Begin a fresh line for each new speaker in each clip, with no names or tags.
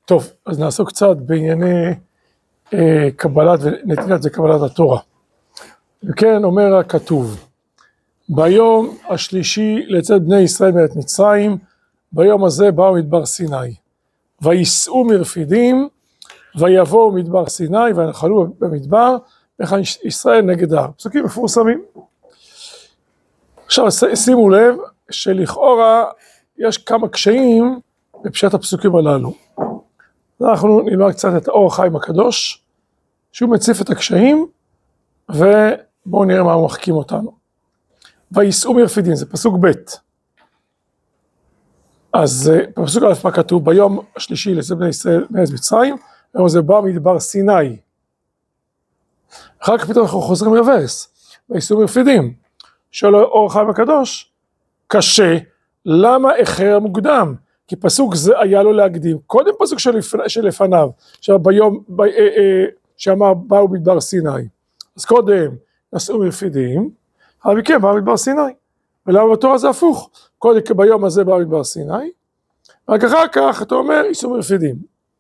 טוב, אז נעסוק קצת בענייני קבלת ונתינת וקבלת התורה. וכן אומר הכתוב, ביום השלישי לצאת בני ישראל מארץ מצרים, ביום הזה באו מדבר סיני, וייסעו מרפידים, ויבואו מדבר סיני, ונחלו במדבר, וכן ישראל נגד ההר. פסוקים מפורסמים. עכשיו שימו לב שלכאורה יש כמה קשיים בפשט הפסוקים הללו. אנחנו נלמד קצת את האור החיים הקדוש, שהוא מציף את הקשיים, ובואו נראה מה הוא מחכים אותנו. וייסעו מרפידים, זה פסוק ב'. אז בפסוק א' מה כתוב, ביום השלישי לצאת בני ישראל מארץ מצרים, היום זה בא מדבר סיני. אחר כך פתאום אנחנו חוזרים לוורס, וייסעו מרפידים. שואל האור החיים הקדוש, קשה, למה אחר מוקדם? כי פסוק זה היה לו להקדים, קודם פסוק שלפניו, שאמר באו מדבר סיני. אז קודם נסעו מרפידים, אבל מכן באו מדבר סיני. ולמה בתורה זה הפוך? קודם ביום הזה באו מדבר סיני, רק אחר כך אתה אומר ייסעו מרפידים.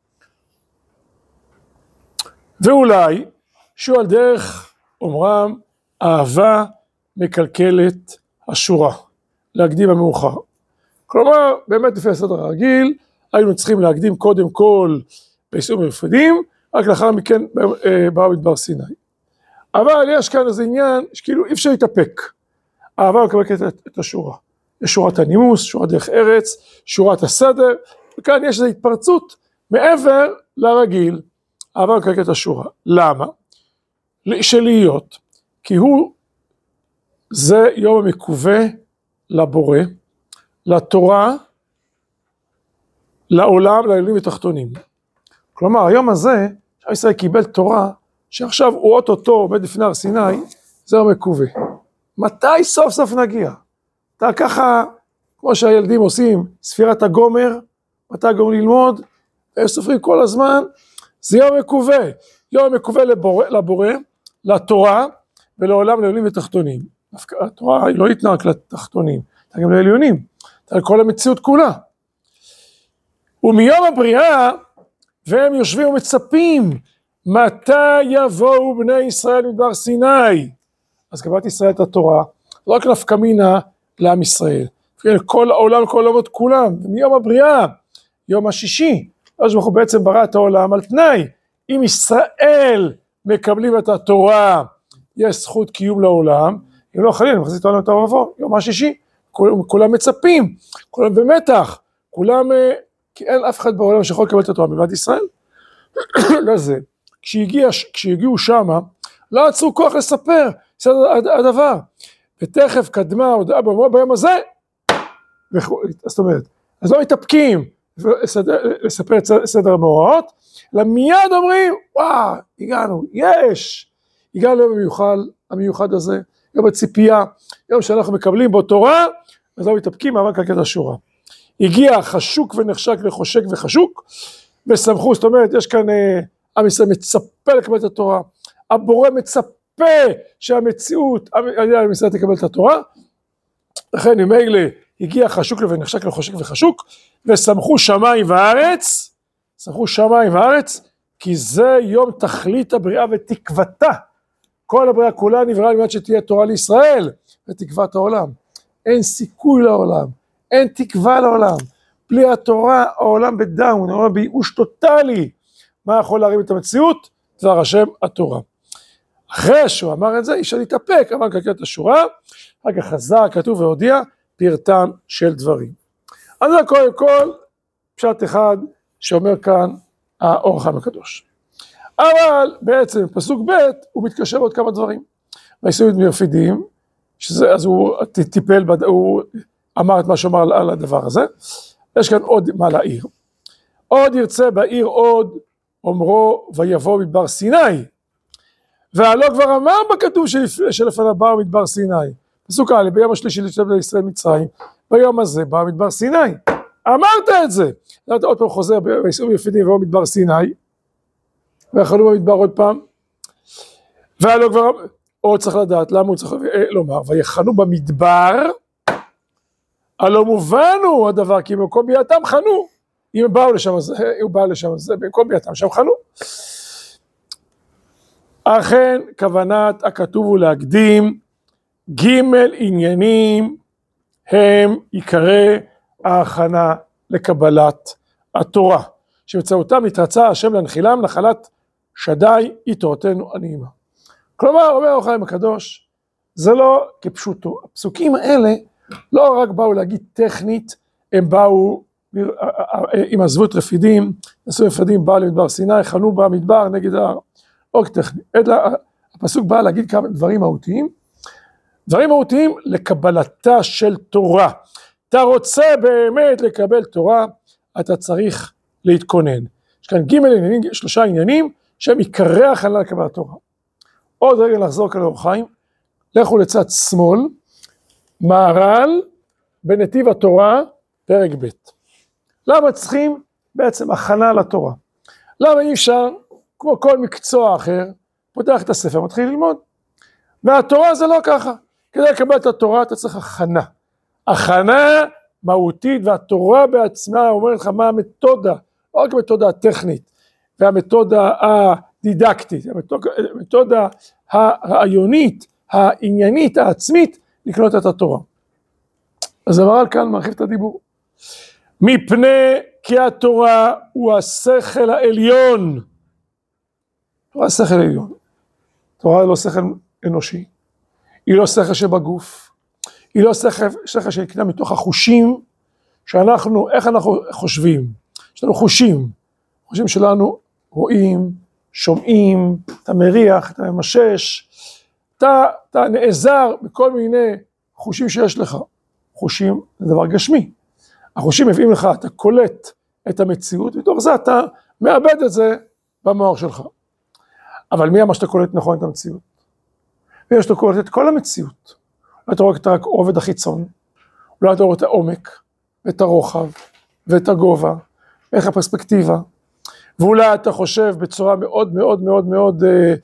ואולי, שהוא על דרך אומרם, אהבה מקלקלת השורה, להקדים המאוחר. כלומר, באמת לפי הסדר הרגיל, היינו צריכים להקדים קודם כל בייסעו מרפידים, רק לאחר מכן באו מדבר סיני. אבל יש כאן איזה עניין שכאילו אי אפשר להתאפק. אהבה מקלקלת את השורה. יש שורת הנימוס, שורת דרך ארץ, שורת הסדר, וכאן יש איזו התפרצות מעבר לרגיל. אהבה מקלקלת את השורה. למה? שלהיות, כי זה יום המקווה לבורא, לתורה, לעולם, לעליונים ותחתונים. כלומר, היום הזה, ישראל קיבל תורה, שעכשיו הוא אוטוטו עומד לפני הר סיני, זה המקווה. מתי סוף סוף נגיע? אתה ככה, כמו שהילדים עושים, ספירת הגומר, מתי הגומר ללמוד, הם סופרים כל הזמן, זה יום מקווה. יום מקווה לבורא, לתורה, ולעולם, לעליונים ותחתונים. התורה היא לא התנה רק לתחתונים, אתה גם לעליונים, אתה על כל המציאות כולה. ומיום הבריאה, והם יושבים ומצפים, מתי יבואו בני ישראל מדבר סיני? אז קבלת ישראל את התורה, לא רק נפקא מינה לעם ישראל, כל העולם, כל העולמות כולם, ומיום הבריאה, יום השישי, אז אנחנו בעצם ברא את העולם על תנאי, אם ישראל מקבלים את התורה, יש זכות קיום לעולם, אם לא חלילה, מחזית העולם את הערבו, יום השישי, כולם מצפים, כולם במתח, כולם, כי אין אף אחד בעולם שיכול לקבל את התורה מלבד ישראל, לא זה, כשהגיעו שמה, לא עצרו כוח לספר, זה הדבר, ותכף קדמה הודעה ביום הזה, זאת אומרת, אז לא מתאפקים לספר את סדר המאורעות, אלא מיד אומרים, וואו, הגענו, הגענו ליום המיוחד הזה, יום הציפייה, יום שאנחנו מקבלים בו תורה, אז לא מתאפקים, אבל כלכת השורה. הגיע חשוק ונחשק לחושק וחשוק, ושמחו, זאת אומרת, יש כאן, עם ישראל מצפה לקבל את התורה, הבורא מצפה שהמציאות, עם ישראל תקבל את התורה, לכן ממילא הגיע חשוק ונחשק לחושק וחשוק, ושמחו שמיים וארץ, כי זה יום תכלית הבריאה ותקוותה, כל הבריאה כולה נבראה על מנת שתהיה תורה לישראל, ותקוות העולם. אין סיכוי לעולם, אין תקווה לעולם. בלי התורה, העולם בדאון, העולם בייאוש טוטלי. מה יכול להרים את המציאות? דבר השם, התורה. אחרי שהוא אמר את זה, איש להתאפק, אמר כלכלת השורה, רק חזר, כתוב והודיע, פרטם של דברים. אז זה קודם כל, פשט אחד שאומר כאן, האור החיים הקדוש. אבל בעצם פסוק ב' הוא מתקשר עוד כמה דברים. וייסעו מרפידים, אז הוא טיפל, הוא אמר את מה שאומר על הדבר הזה. יש כאן עוד מה להעיר. עוד ירצה בעיר עוד, אומרו ויבוא מדבר סיני. והלא כבר אמר בכתוב שלפניו באו מדבר סיני. פסוק א', ביום השלישי לצאת בני ישראל מצרים, ביום הזה בא מדבר סיני. אמרת את זה. אתה עוד פעם חוזר, וייסעו מרפידים ויבוא מדבר סיני. ואכלו במדבר עוד פעם, והלא כבר, עוד צריך לדעת, למה הוא צריך לומר, ויחנו במדבר, הלא מובן הוא הדבר, כי במקום ביאתם חנו, אם באו לשם הזה, הוא בא לשם הזה, במקום ביתם שם חנו. אכן כוונת הכתוב הוא להקדים ג' עניינים הם עיקרי ההכנה לקבלת התורה, שבצעותם נתרצה השם להנחילם נחלת שדי היא תורתנו הנעימה. כלומר, אומר אור החיים הקדוש, זה לא כפשוטו. הפסוקים האלה לא רק באו להגיד טכנית, הם באו, אם עזבו את רפידים, נשאו רפידים, באו למדבר סיני, חנו במדבר נגד ההר, לא טכני. הפסוק בא להגיד כמה דברים מהותיים, דברים מהותיים לקבלתה של תורה. אתה רוצה באמת לקבל תורה, אתה צריך להתכונן. יש כאן ג' עניינים, 3 עניינים, שהם עיקרי הכנה לקבלת תורה. עוד רגע נחזור כאן לאור החיים, לכו לצד שמאל, מהר"ל בנתיב התורה, פרק ב'. למה צריכים בעצם הכנה לתורה? למה אי אפשר, כמו כל מקצוע אחר, פותח את הספר, מתחיל ללמוד. והתורה זה לא ככה. כדי לקבל את התורה אתה צריך הכנה. הכנה מהותית, והתורה בעצמה אומרת לך מה המתודה, לא רק המתודה הטכנית, והמתודה הדידקטית, המתודה הרעיונית, העניינית, העצמית, לקנות את התורה. אז המהר"ל כאן מרחיב את הדיבור. מפני כי התורה הוא השכל העליון. תורה השכל העליון. תורה לא שכל אנושי. היא לא שכל שבגוף. היא לא שכל שנקנה מתוך החושים שאנחנו, איך אנחנו חושבים. יש לנו חושים. חושים שלנו רואים, שומעים, אתה מריח, אתה ממשש, אתה נעזר בכל מיני חושים שיש לך. חושים זה דבר גשמי. החושים מביאים לך, אתה קולט את המציאות, מתוך זה אתה מאבד את זה במוח שלך. אבל מי אמר שאתה קולט נכון את המציאות? מי אמר שאתה קולט את כל המציאות? אולי אתה רואה רק עובד החיצון, אולי אתה רואה את העומק, ואת הרוחב, ואת הגובה, ואיך הפרספקטיבה, ואולי אתה חושב בצורה מאוד מאוד מאוד מאוד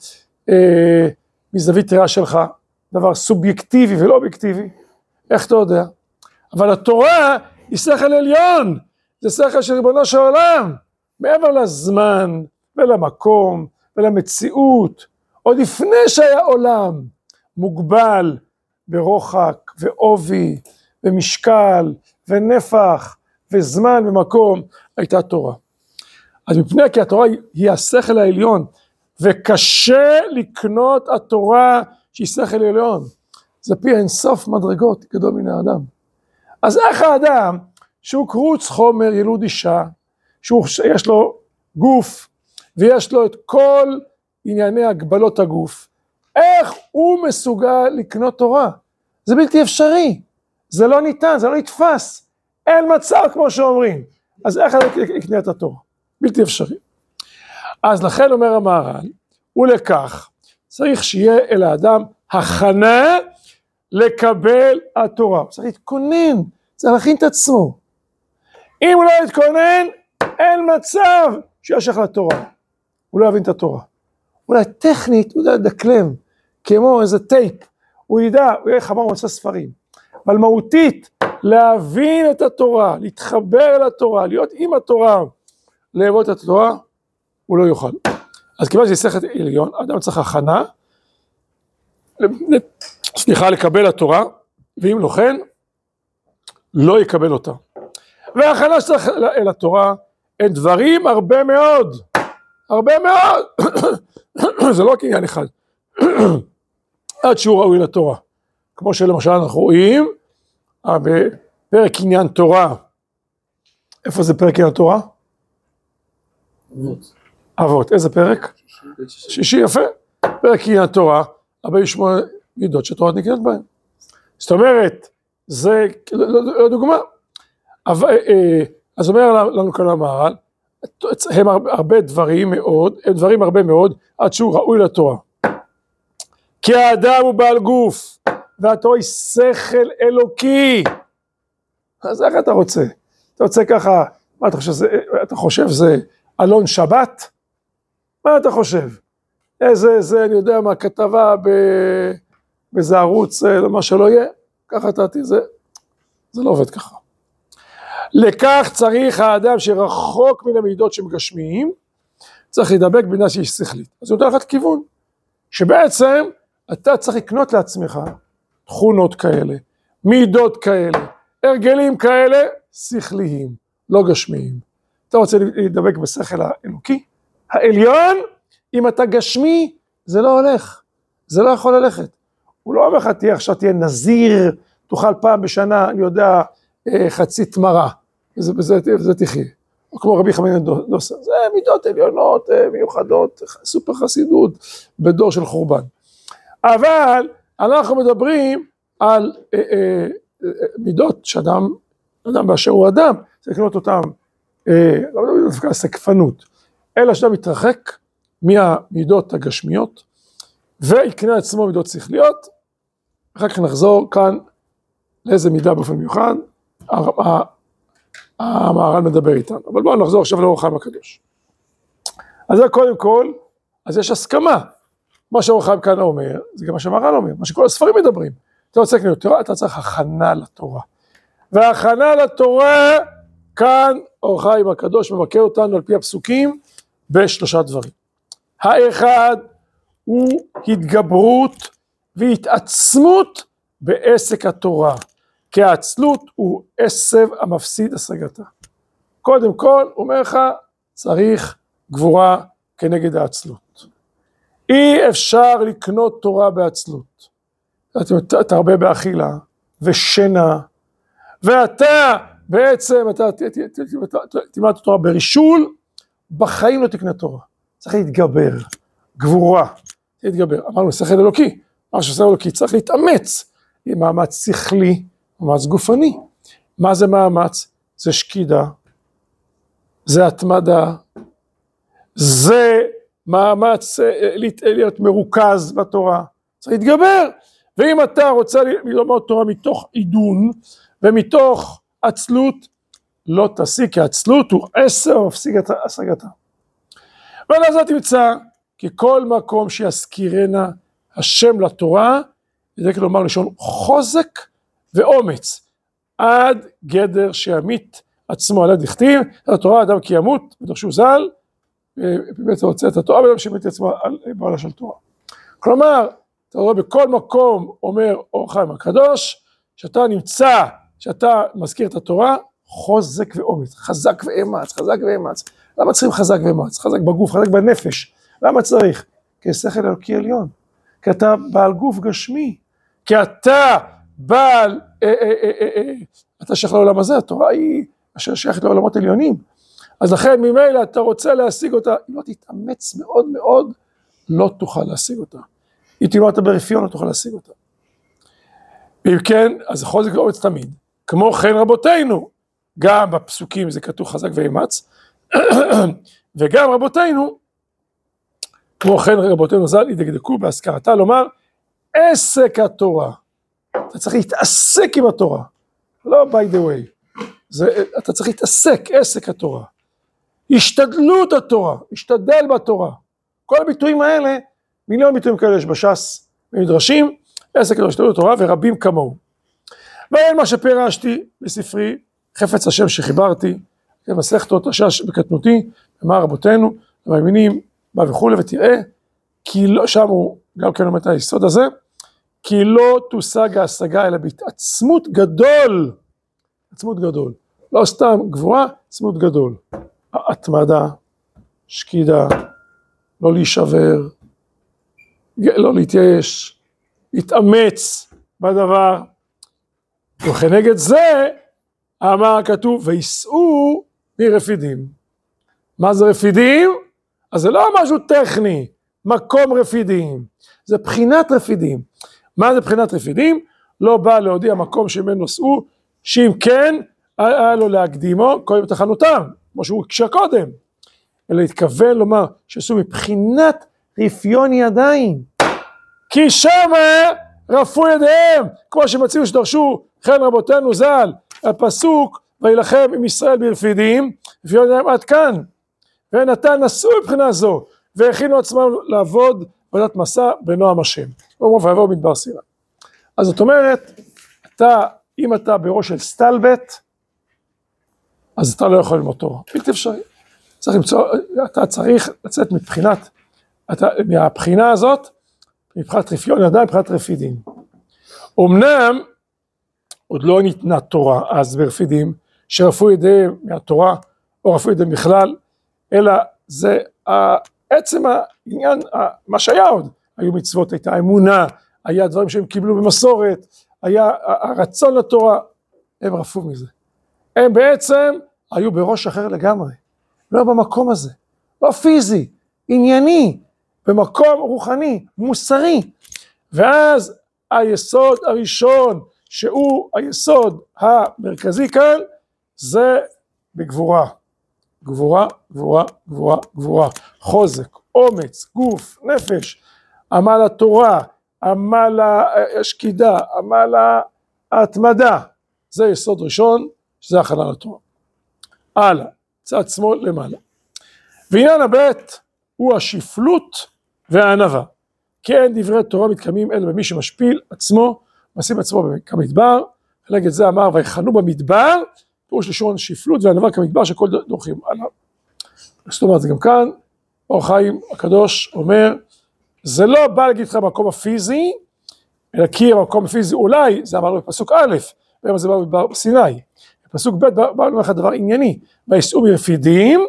מזווית ראייה שלך, דבר סובייקטיבי ולא אובייקטיבי, איך אתה יודע? אבל התורה היא שכל עליון, זה שכל של ריבונו של עולם, מעבר לזמן ולמקום ולמציאות, עוד לפני שהיה עולם מוגבל ברוחק ועובי ומשקל ונפח וזמן ומקום, הייתה תורה. אז מפני כי התורה היא השכל העליון, וקשה לקנות התורה שהיא שכל עליון, זה פי אינסוף מדרגות גדול מן האדם. אז איך האדם שהוא קרוץ חומר ילוד אישה, שיש לו גוף ויש לו את כל ענייני הגבלות הגוף, איך הוא מסוגל לקנות תורה? זה בלתי אפשרי, זה לא ניתן, זה לא נתפס, אין מצב כמו שאומרים. אז איך יקנה את התורה? בלתי אפשרי. אז לכן אומר המהר"ל, ולכך צריך שיהיה אל האדם הכנה לקבל התורה. צריך להתכונן, צריך להכין את עצמו. אם הוא לא יתכונן, אין מצב שישך לתורה. הוא לא יבין את התורה. אולי טכנית, הוא יודע לדקלם, כמו איזה טייפ. הוא ידע, הוא יהיה חמור מצא ספרים. אבל מהותית, להבין את התורה, להתחבר אל התורה, להיות עם התורה, לאהוב את התורה, הוא לא יוכל. אז כיוון שזה שכל עליון, אדם צריך הכנה, לקבל התורה, ואם לא כן, לא יקבל אותה. וההכנה שצריך אל התורה, הם דברים הרבה מאוד, הרבה מאוד, זה לא עניין אחד, עד שהוא ראוי לתורה. כמו שלמשל אנחנו רואים, בפרק עניין תורה, איפה זה פרק עניין תורה?
אבות.
אבות, איזה פרק? שישי, יפה. פרק עניין תורה, 48 מידות שתורה נקראת בהן. זאת אומרת, זה לא דוגמה. אז אומר לנו כאן המהר"ל, הם הרבה דברים מאוד, הם דברים הרבה מאוד, עד שהוא ראוי לתורה. כי האדם הוא בעל גוף, והתורה היא שכל אלוקי. אז איך אתה רוצה? אתה רוצה ככה, מה אתה חושב? אתה חושב זה אלון שבת? מה אתה חושב? זה, אני יודע מה, כתבה באיזה ערוץ, מה שלא יהיה, ככה זה לא עובד ככה. לכך צריך האדם שרחוק מן המידות שמגשמיים, צריך להידבק במידה שהיא שכלית. אז זה נותן לך כיוון, שבעצם אתה צריך לקנות לעצמך תכונות כאלה, מידות כאלה, הרגלים כאלה, שכליים, לא גשמיים. אתה רוצה להידבק בשכל האלוקי, העליון, אם אתה גשמי, זה לא הולך, זה לא יכול ללכת. הוא לא אומר לך, עכשיו תהיה נזיר, תאכל פעם בשנה, אני יודע, חצי תמרה, וזה תחיה. או כמו רבי חמינא דוסא, זה מידות עליונות, מיוחדות, סופר חסידות, בדור של חורבן. אבל אנחנו מדברים על מידות שאדם באשר הוא אדם, צריך לקנות אותם, לא מדברים דווקא על סקפנות, אלא שאדם מתרחק מהמידות הגשמיות, ויקנה עצמו מידות שכליות, אחר כך נחזור כאן לאיזה מידה באופן מיוחד, המהר"ל מדבר איתנו, אבל בואו נחזור עכשיו לאור החיים הקדוש. אז זה קודם כל, אז יש הסכמה, מה שאור החיים כאן אומר, זה גם מה שהמהר"ל אומר, מה שכל הספרים מדברים, אתה רוצה לקנות תורה, אתה צריך הכנה לתורה, וההכנה לתורה, כאן אור החיים הקדוש מבקר אותנו על פי הפסוקים, בשלושה דברים. האחד הוא התגברות והתעצמות בעסק התורה, כי העצלות הוא עשב המפסיד השגתה. קודם כל, הוא אומר לך, צריך גבורה כנגד העצלות. אי אפשר לקנות תורה בעצלות. אתה הרבה באכילה ושינה, ואתה בעצם, אתה תלמד תורה ברישול, בחיים לא תקנה תורה. צריך להתגבר, גבורה, להתגבר. אמרנו, שכל אלוקי, מה ששכל אלוקי צריך להתאמץ, עם מאמץ שכלי, מאמץ גופני. מה זה מאמץ? זה שקידה, זה התמדה, זה מאמץ להיות מרוכז בתורה, צריך להתגבר. ואם אתה רוצה ללמוד תורה מתוך עידון ומתוך עצלות, לא תשיג, כי עצלות הוא עשר מפסיק השגתה. ולזה תמצא, כי כל מקום שיזכירנה השם לתורה, זה כלומר לשון חוזק ואומץ, עד גדר שימית עצמו, על יד דכתיב, התורה אדם כי ימות, ודרשו ז"ל, באמת רוצה את התורה, ואדם שימית עצמו על בעלה של תורה. כלומר, אתה רואה בכל מקום, אומר אור החיים הקדוש, שאתה נמצא, שאתה מזכיר את התורה, חוזק ואומץ, חזק ואמץ, חזק ואמץ. למה צריכים חזק ואמץ? חזק בגוף, חזק בנפש. למה צריך? כי שכל אלוקי עליון. כי אתה בעל גוף גשמי. כי אתה בעל, אתה שייך לעולם הזה, התורה היא אשר שייכת לעולמות עליונים. אז לכן ממילא אתה רוצה להשיג אותה, אם לא תתאמץ מאוד מאוד, לא תוכל להשיג אותה. אם תלמדת ברפיון, לא תוכל להשיג אותה. ואם כן, אז חוזק ואומץ תמיד. כמו כן רבותינו, גם בפסוקים זה כתוב חזק ואמץ, וגם רבותינו, כמו כן רבותינו ז"ל, ידקדקו בהזכרתה, לומר, עסק התורה. אתה צריך להתעסק עם התורה, לא by the way. אתה צריך להתעסק, עסק התורה. השתדלות התורה, השתדל בתורה. כל הביטויים האלה, מיליון ביטויים כאלה יש בש"ס, במדרשים, עסק התורה, השתדלות התורה, ורבים כמוהו. ואין מה שפירשתי בספרי, חפץ השם שחיברתי, מסכתות הש"ש בקטנותי, אמר רבותינו, המאמינים, בא וכולי, ותראה, כי לא, שם הוא גם כן אומר את היסוד הזה, כי לא תושג ההשגה, אלא בהתעצמות גדול, עצמות גדול, לא סתם גבורה, עצמות גדול, התמדה, שקידה, לא להישבר, לא להתייאש, להתאמץ בדבר, וכנגד זה, אמר כתוב, ויסעו מרפידים. מה זה רפידים? אז זה לא משהו טכני, מקום רפידים, זה בחינת רפידים. מה זה בחינת רפידים? לא בא להודיע מקום שממנו סעו, שאם כן, היה לו להקדימו, קודם תחנותם, כמו שהוא הקשה קודם, אלא התכוון לומר, שעשו מבחינת רפיון ידיים, כי שמה רפו ידיהם, כמו שמציעו שדרשו, כן רבותינו ז"ל, הפסוק, וילחם עם ישראל ברפידים, רפיון ידיים עד כאן, ונתן נשאו מבחינה זו, והכינו עצמם לעבוד עבודת מסע בנועם השם. ואומרו ויבואו מדבר סיני. אז זאת אומרת, אם אתה בראש של סטלבט, אז אתה לא יכול ללמוד תורה, בלתי אפשרי. אתה צריך לצאת מהבחינה הזאת, מבחינת רפיון ידיים, מבחינת רפידים. אמנם, עוד לא ניתנה תורה אז ברפידים, שרפו ידיהם מהתורה, או רפו ידיהם בכלל, אלא זה עצם העניין, מה שהיה עוד, היו מצוות, הייתה אמונה, היה דברים שהם קיבלו במסורת, היה הרצון לתורה, הם רפו מזה. הם בעצם היו בראש אחר לגמרי, לא במקום הזה, לא פיזי, ענייני, במקום רוחני, מוסרי. ואז היסוד הראשון, שהוא היסוד המרכזי כאן, זה בגבורה. גבורה, גבורה, גבורה, גבורה. חוזק, אומץ, גוף, נפש, עמל התורה, עמל השקידה, עמל ההתמדה. זה יסוד ראשון, שזה הכנה לתורה. הלאה, צד שמאל למעלה. ועניין הבית הוא השפלות והענווה. כי אין דברי תורה מתקיימים אלא במי שמשפיל עצמו, משים עצמו כמדבר, נגד זה אמר ויחנו במדבר, פירוש לשון שפלות וענווה כמדבר שכל דורכים עליו. זאת אומרת, זה גם כאן, אור חיים הקדוש אומר, זה לא בא להגיד לך במקום הפיזי, אלא כי המקום הפיזי אולי, זה אמרנו בפסוק א', ומה זה בא במדבר בסיני. בפסוק ב' בא לנו לך דבר ענייני, ויסעו מרפידים,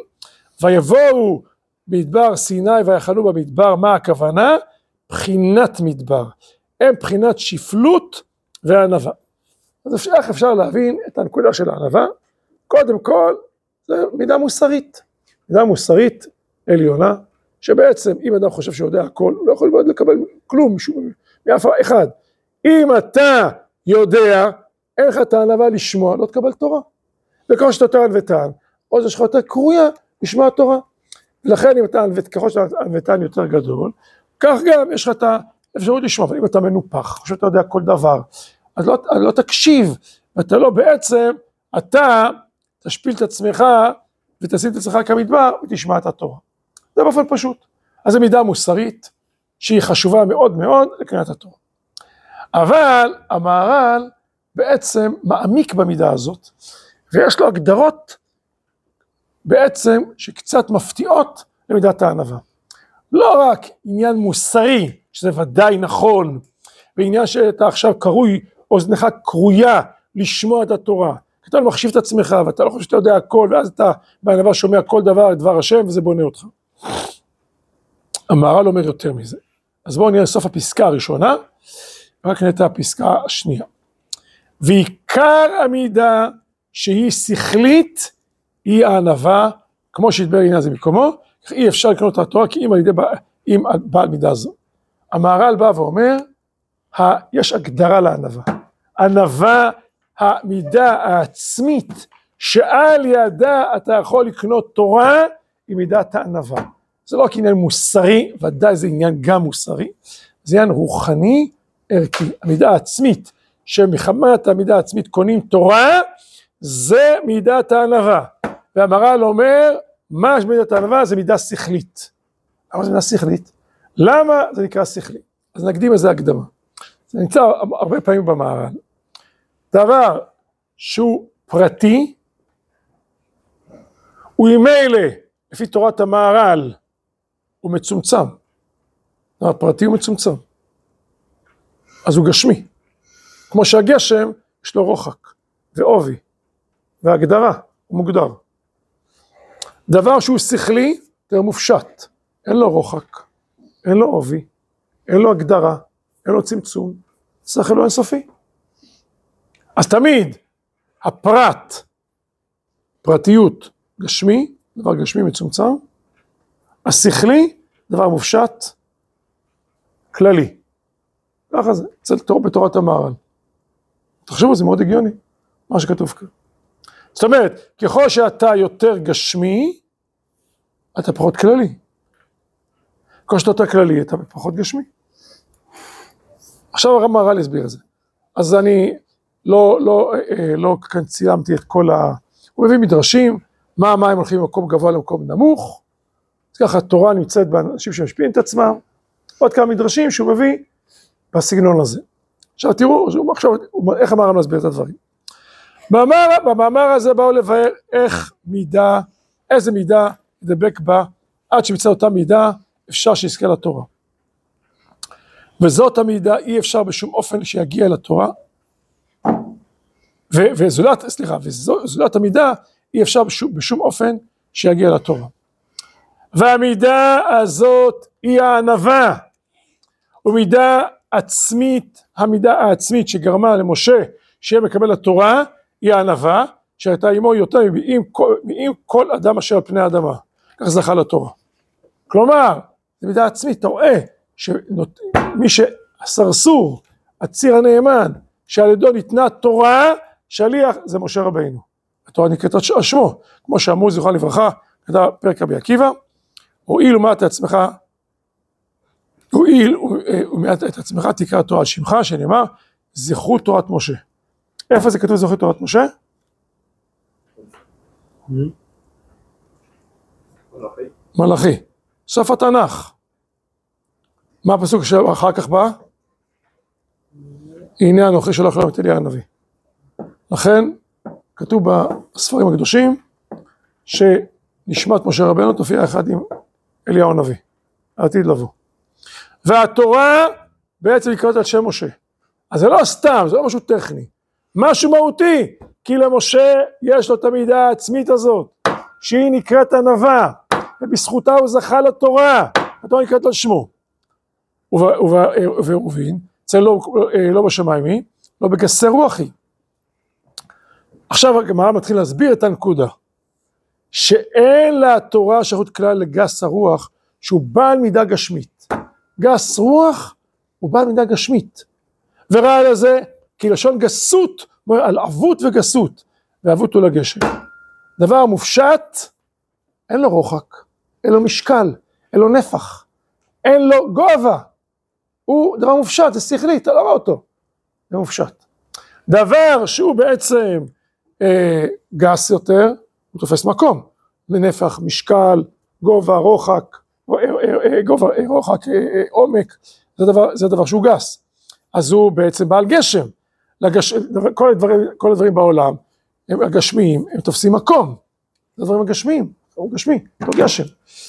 ויבואו מדבר סיני ויחנו במדבר, מה הכוונה? בחינת מדבר, הם בחינת שפלות וענווה. אז איך אפשר להבין את הנקודה של הענווה? קודם כל, זה מידה מוסרית. מידה מוסרית עליונה, שבעצם אם אדם חושב שיודע הכל, הוא לא יכול לקבל כלום מאף אחד. אם אתה יודע, אין לך את הענווה לשמוע, לא תקבל תורה. וככל שאתה יותר ענוותן, או זה שלך יותר קרויה לשמוע תורה. ולכן אם אתה ככל שאתה ענוותן יותר גדול, כך גם יש לך את האפשרות לשמוע, אבל אם אתה מנופח, חושב שאתה יודע כל דבר, אז לא תקשיב, ואתה לא בעצם, אתה תשפיל את עצמך, ותשים את עצמך כמדבר, ותשמע את התורה. זה באופן פשוט. אז זו מידה מוסרית, שהיא חשובה מאוד מאוד לקריאת התורה. אבל המהר"ל בעצם מעמיק במידה הזאת, ויש לו הגדרות בעצם שקצת מפתיעות למידת הענווה. לא רק עניין מוסרי, שזה ודאי נכון, בעניין שאתה עכשיו קרוי, אוזנך קרויה לשמוע את התורה, כי אתה לא מחשיב את עצמך, ואתה לא חושב שאתה יודע הכל, ואז אתה בענווה שומע כל דבר, את דבר השם, וזה בונה אותך. המהר"ל אומר יותר מזה. אז בואו נראה סוף הפסקה הראשונה, רק נראה את הפסקה השנייה. ועיקר המידה שהיא שכלית, היא הענווה, כמו שהתבר הנה זה מקומו, אי אפשר לקנות את התורה, כי אם בעל מידה זו. המהר"ל בא ואומר, יש הגדרה לענווה. ענווה, המידה העצמית, שעל ידה אתה יכול לקנות תורה, היא מידת הענווה. זה לא רק עניין מוסרי, ודאי זה עניין גם מוסרי, זה עניין רוחני, ערכי. המידה העצמית, שמחמת המידה העצמית קונים תורה, זה מידת הענווה. והמהר"ל אומר, מה מידת הענווה? זה מידה שכלית. למה זה מידה שכלית? למה זה נקרא שכלי? אז נקדים איזה הקדמה. זה נמצא הרבה פעמים במהר"ל. דבר שהוא פרטי, הוא ממילא, לפי תורת המהר"ל, הוא מצומצם. הפרטי הוא מצומצם. אז הוא גשמי. כמו שהגשם, יש לו רוחק, ועובי, והגדרה, הוא מוגדר. דבר שהוא שכלי, יותר מופשט. אין לו רוחק, אין לו עובי, אין לו הגדרה, אין לו צמצום, שכל לא אינסופי. אז תמיד הפרט, פרטיות גשמי, דבר גשמי מצומצם, השכלי, דבר מופשט, כללי. ככה זה, בתורת המהר"ל. תחשבו, זה מאוד הגיוני, מה שכתוב כאן. זאת אומרת, ככל שאתה יותר גשמי, אתה פחות כללי. ככל שאתה יותר כללי, אתה פחות גשמי. עכשיו המהר"ל הסביר את זה. אז אני לא כאן ציימתי את כל הוא מביא מדרשים, מה המים הולכים ממקום גבוה למקום נמוך, אז ככה התורה נמצאת באנשים שמשפיעים את עצמם, עוד כמה מדרשים שהוא מביא בסגנון הזה. עכשיו תראו, איך המהר"ל מסביר את הדברים. במאמר הזה באו לבאר איזה מידה ידבק בה, עד שמצד אותה מידה אפשר שיזכה לתורה. וזאת המידה אי אפשר בשום אופן שיגיע לתורה, וזולת המידה אי אפשר בשום אופן שיגיע לתורה. והמידה הזאת היא הענווה, ומידה עצמית, המידה העצמית שגרמה למשה שיהיה מקבל לתורה, היא הענווה, שהייתה עמו יותר עם כל אדם אשר על פני האדמה, כך זכה לתורה. כלומר, זו מידה עצמית, אתה רואה שמי שהסרסור, הציר הנאמן, שעל ידו ניתנה תורה, שליח זה משה רבינו. התורה נקראת על שמו, כמו שאמרו זכרם לברכה, כתב פרק רבי עקיבא, הואיל ומעט עצמך, הואיל ומעט את עצמך תקרא התורה על שמך, שנאמר, זכרו תורת משה. איפה זה כתוב זכרו תורת משה? מלאכי. סוף התנ"ך. מה הפסוק שאחר כך בא? הנה אנוכי שולח לכם את אליה הנביא. לכן כתוב בספרים הקדושים שנשמת משה רבנו תופיע אחד עם אליהו הנביא, העתיד לבוא. והתורה בעצם נקראת על שם משה. אז זה לא סתם, זה לא משהו טכני, משהו מהותי, כי למשה יש לו את המידה העצמית הזאת, שהיא נקראת ענווה, ובזכותה הוא זכה לתורה, התורה נקראת על שמו. ורובין, זה לא בשמיים היא, לא בגסי רוח היא. עכשיו הגמרא מתחיל להסביר את הנקודה, שאין לתורה שייכות כלל לגס הרוח, שהוא בעל מידה גשמית. גס רוח הוא בעל מידה גשמית. וראה לזה, כי לשון גסות, על עבות וגסות, ועבות הוא לגשם. דבר מופשט, אין לו רוחק, אין לו משקל, אין לו נפח, אין לו גובה. הוא דבר מופשט, זה שכלי, אתה לא רואה אותו. זה מופשט. דבר שהוא בעצם גס יותר, הוא תופס מקום. לנפח, משקל, גובה, רוחק, עומק, זה דבר שהוא גס. אז הוא בעצם בעל גשם. כל הדברים בעולם, הם הגשמיים, הם תופסים מקום. זה דברים הגשמיים, הוא גשמי, לא גשם.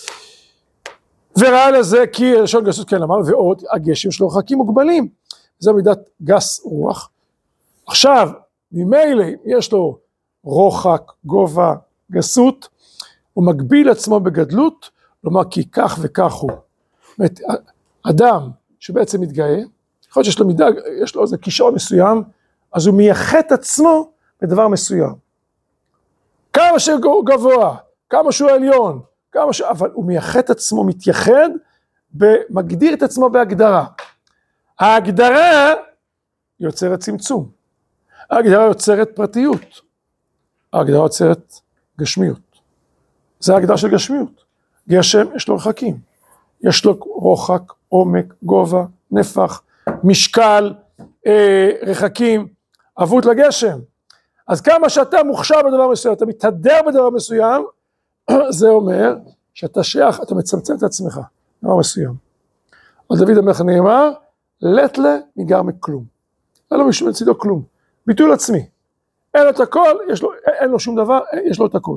וראה לזה כי לשון גסות כן אמר, ועוד הגשם שלו רחקים מוגבלים. זה מידת גס רוח. עכשיו, ממילא יש לו רוחק, גובה, גסות, הוא מגביל עצמו בגדלות, לומר כי כך וכך הוא. זאת אומרת, אדם שבעצם מתגאה, יכול להיות שיש לו מידה, יש לו איזה כישרון מסוים, אז הוא מייחד עצמו בדבר מסוים. כמה שהוא גבוה, כמה שהוא עליון, אבל הוא מייחד עצמו, מתייחד, מגדיר את עצמו בהגדרה. ההגדרה יוצרת צמצום. ההגדרה יוצרת פרטיות. ההגדרה יוצרת גשמיות. זה ההגדרה של גשמיות. גשם יש לו רחקים. יש לו רוחק, עומק, גובה, נפח, משקל, רחקים, עבות לגשם. אז כמה שאתה מוכשר בדבר מסוים, אתה מתהדר בדבר מסוים, זה אומר שאתה שייך, אתה מצמצם את עצמך, דבר מסוים. על דוד המלך נאמר, לטלה ניגר מכלום. אין לו משום מצידו כלום. ביטול עצמי. אין לו את הכל, אין לו שום דבר, יש לו את הכל.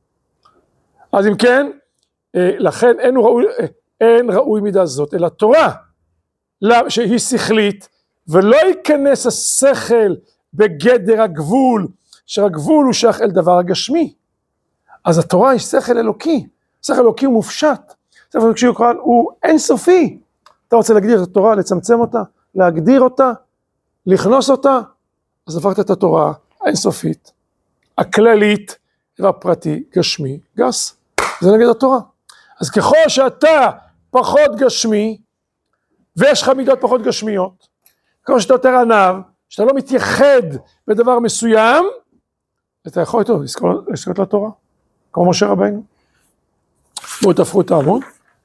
אז אם כן, לכן אין ראוי מידה זאת, אלא תורה, שהיא שכלית, ולא ייכנס השכל בגדר הגבול, שהגבול הוא שייך אל דבר הגשמי. אז התורה היא שכל אלוקי, שכל אלוקי הוא מופשט, שכל אלוקי הוא אינסופי. אתה רוצה להגדיר את התורה, לצמצם אותה, להגדיר אותה, לכנוס אותה, אז הפכת את התורה האינסופית, הכללית, דבר פרטי, גשמי, גס, זה נגד התורה. אז ככל שאתה פחות גשמי, ויש לך מידות פחות גשמיות, ככל שאתה יותר ענב, שאתה לא מתייחד בדבר מסוים, אתה יכול איתו לזכות לתורה, כמו משה רבינו. בואו תהפכו את העמוד.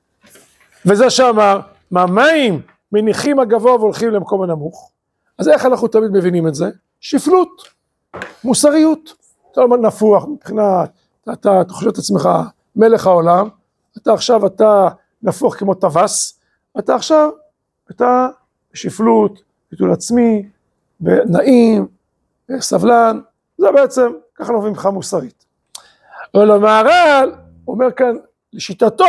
וזה שאמר, מהמים מניחים הגבוה והולכים למקום הנמוך. אז איך אנחנו תמיד מבינים את זה? שפלות, מוסריות. אתה לא נפוח מבחינת, אתה חושב את עצמך מלך העולם, אתה נפוח כמו טווס, אתה בשפלות, ביטול עצמי, נעים, סבלן, זה בעצם, ככה נובעים ממך מוסרית. אבל המהר"ל אומר כאן, לשיטתו,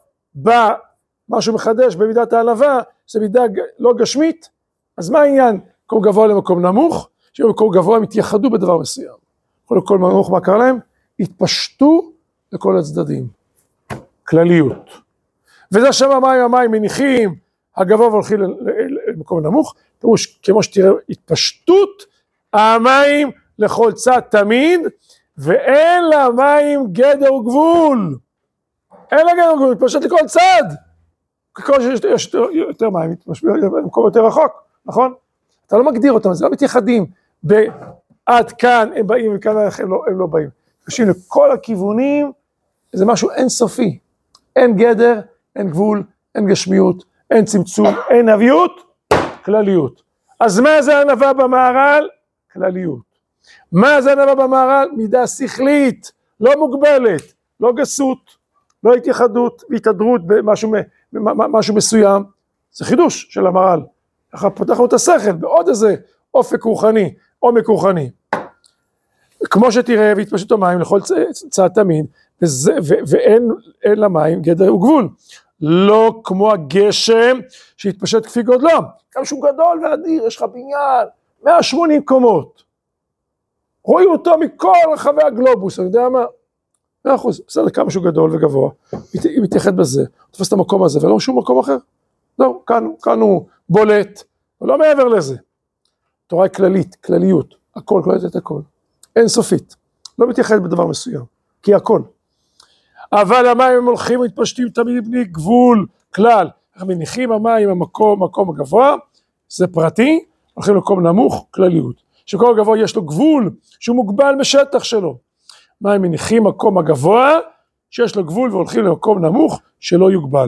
משהו מחדש במידת הענווה, זה מידה לא גשמית, אז מה העניין? מקום גבוה למקום נמוך, שבמקום גבוה הם התייחדו בדבר מסוים. כל נמוך מה קרה להם? התפשטו לכל הצדדים. כלליות. וזה שם המים מניחים, הגבוה והולכים למקום נמוך, פירוש כמו שתראה התפשטות, המים לכל צד תמיד, ואין למים גדר וגבול. אין לה גדר וגבול, מתפשט לכל צד. ככל שיש יותר מים, מתפשט במקום יותר רחוק, נכון? אתה לא מגדיר אותם, זה לא מתייחדים. עד כאן הם באים וכאן הם לא באים. חושבים לכל הכיוונים, זה משהו אינסופי. אין גדר, אין גבול, אין גשמיות, אין צמצום, אין נביות, כלליות. אז מה זה ענווה במהר"ל? כלליות. מה זה ענווה במהר"ל? מידה שכלית, לא מוגבלת, לא גסות, לא התייחדות, התהדרות במשהו מסוים. זה חידוש של המהר"ל. ככה פתחנו את השכל בעוד איזה אופק רוחני, עומק רוחני. כמו שתראה, והתפשט המים לכל צד תמיד, ואין למים גדר וגבול. לא כמו הגשם שהתפשט כפי גודלו. כמה שהוא גדול ואדיר, יש לך בניין, 180 קומות. רואים אותו מכל רחבי הגלובוס, אני יודע מה? 100%, בסדר, כמה שהוא גדול וגבוה, היא מתייחד בזה, תופס את המקום הזה, ולא שום מקום אחר. זהו, כאן הוא בולט, ולא מעבר לזה. תורה היא כללית, כלליות, הכל, כוללת את הכל. אין סופית, לא מתייחד בדבר מסוים, כי הכל. אבל המים הם הולכים ומתפשטים תמיד בני גבול, כלל. אנחנו מניחים המים המקום הגבוה, זה פרטי, הולכים למקום נמוך, כלליות. שכל הגבוה יש לו גבול, שהוא מוגבל בשטח שלו. מים מניחים מקום הגבוה, שיש לו גבול והולכים למקום נמוך, שלא יוגבל.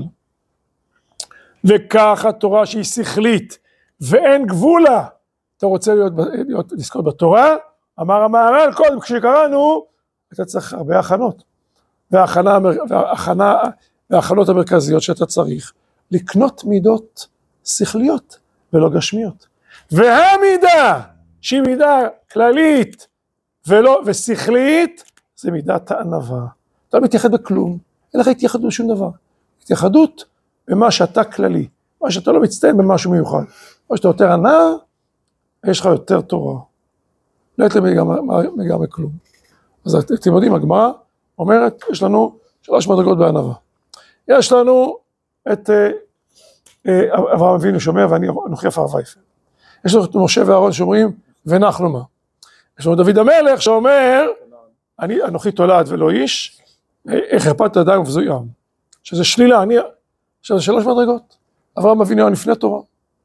וכך התורה שהיא שכלית, ואין גבולה. אתה רוצה לזכות בתורה? אמר המהר"ל, קודם כשקראנו, אתה צריך הרבה הכנות. וההכנות המרכזיות שאתה צריך, לקנות מידות שכליות ולא גשמיות. והמידה, שהיא מידה כללית ושכלית, זה מידת הענווה. אתה לא מתייחד בכלום, אין לך התייחדות בשום דבר. התייחדות במה שאתה כללי, מה שאתה לא מצטיין במשהו מיוחד. או שאתה יותר ענה, יש לך יותר תורה. לא הייתה מגע מכלום. אז אתם יודעים, הגמרא אומרת, יש לנו 3 מדרגות בענווה. יש לנו את אברהם אבינו שאומר, ואנוכי עפר ויפל. יש לנו את משה ואהרון שאומרים, ונחנו מה. יש לנו דוד המלך שאומר, אנוכי תולד ולא איש, איך הרפדת ידיים ובזויים. שזה שלילה, שזה 3 מדרגות. אברהם אבינו לפני התורה.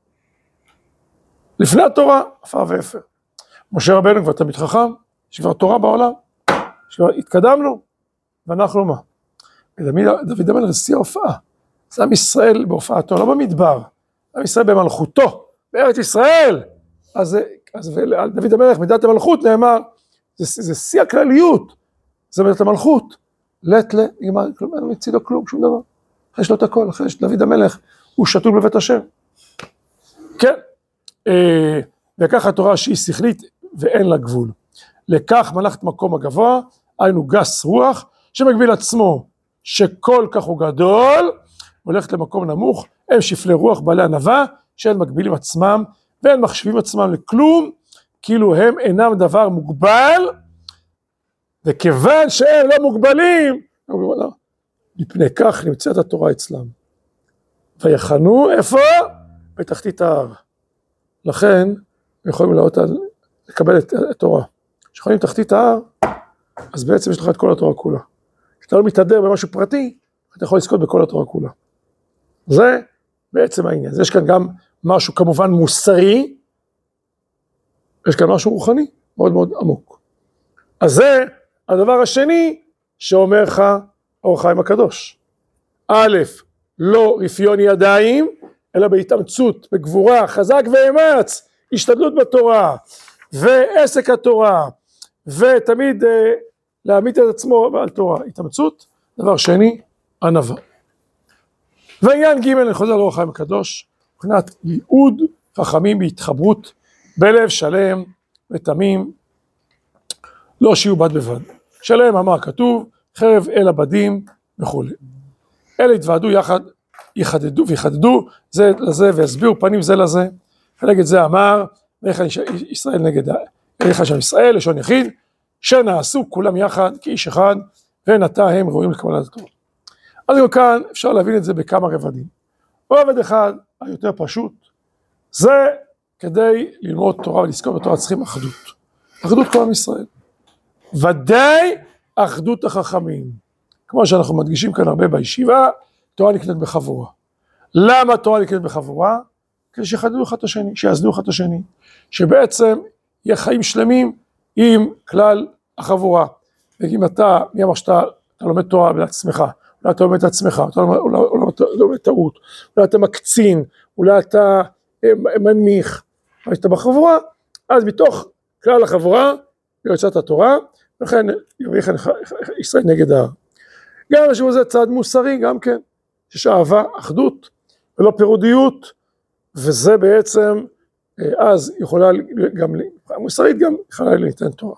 לפני התורה, עפר ואפר. משה רבנו כבר תמיד חכם, יש כבר תורה בעולם, שכבר התקדמנו, ואנחנו מה? דוד המלך זה שיא ההופעה. זה עם ישראל בהופעתו, לא במדבר. עם ישראל במלכותו, בארץ ישראל. אז על דוד המלך, מידת המלכות נאמר, זה שיא הכלליות. זה מידת המלכות. נגמר, כלום, אין מצידו כלום, שום דבר. אחרי יש לו את הכל, אחרי שדוד המלך, הוא שתול בבית השם. כן. וככה התורה שהיא שכלית ואין לה גבול. לכך מלאכת מקום הגבוה, היינו גס רוח, שמגביל עצמו שכל כך הוא גדול, הולכת למקום נמוך, הם שפלי רוח בעלי ענווה, שהם מגבילים עצמם, והם מחשבים עצמם לכלום, כאילו הם אינם דבר מוגבל, וכיוון שהם לא מוגבלים, מפני כך נמצאת התורה אצלם. ויחנו איפה? בתחתית ההר. לכן, הם יכולים לקבל את התורה. כשיכולים תחתית ההר, אז בעצם יש לך את כל התורה כולה. כשאתה לא מתהדר במשהו פרטי, אתה יכול לזכות בכל התורה כולה. זה בעצם העניין. אז יש כאן גם משהו כמובן מוסרי, יש כאן משהו רוחני, מאוד מאוד עמוק. אז זה הדבר השני שאומר לך אור החיים הקדוש. א', לא רפיון ידיים, אלא בהתאמצות, בגבורה, חזק ואמץ, השתדלות בתורה, ועסק התורה, ותמיד להעמיד את עצמו על תורה, התאמצות. דבר שני, ענווה. ועניין ג' אני חוזר לאור החיים הקדוש, מבחינת ייעוד חכמים בהתחברות, בלב שלם ותמים, לא שיהיו בד בבד. שלהם אמר כתוב, חרב אל הבדים וכו'. אלה יתוועדו יחד, יחדדו ויחדדו זה לזה ויסבירו פנים זה לזה. ונגד זה אמר, ואיך ישראל נגד, איך שם ישראל, לשון יחיד, שנעשו כולם יחד כאיש אחד, ונתה הם ראויים לקבלת התורה. אז גם כאן אפשר להבין את זה בכמה רבדים. רובד אחד, היותר פשוט, זה כדי ללמוד תורה ולזכור בתורה צריכים אחדות. אחדות כל עם ישראל. ודאי אחדות החכמים. כמו שאנחנו מדגישים כאן הרבה בישיבה, תורה נקנית בחבורה. למה תורה נקנית בחבורה? כדי שיחדדו אחד את השני, שיעזדו אחד את השני, שבעצם יהיה חיים שלמים עם כלל החבורה. ואם אתה, מי אמר שאתה לומד תורה בעצמך, אולי אתה לומד את עצמך, אולי אתה לומד טעות, אולי אתה מקצין, אולי אתה מנמיך, אבל אתה בחבורה, אז מתוך כלל החבורה יוצאת התורה, ולכן יביך ישראל נגד ההר. גם משהו זה צעד מוסרי, גם כן, שיש אהבה, אחדות, ולא פירודיות, וזה בעצם, אז יכולה גם, מוסרית גם יכולה להתן תורה.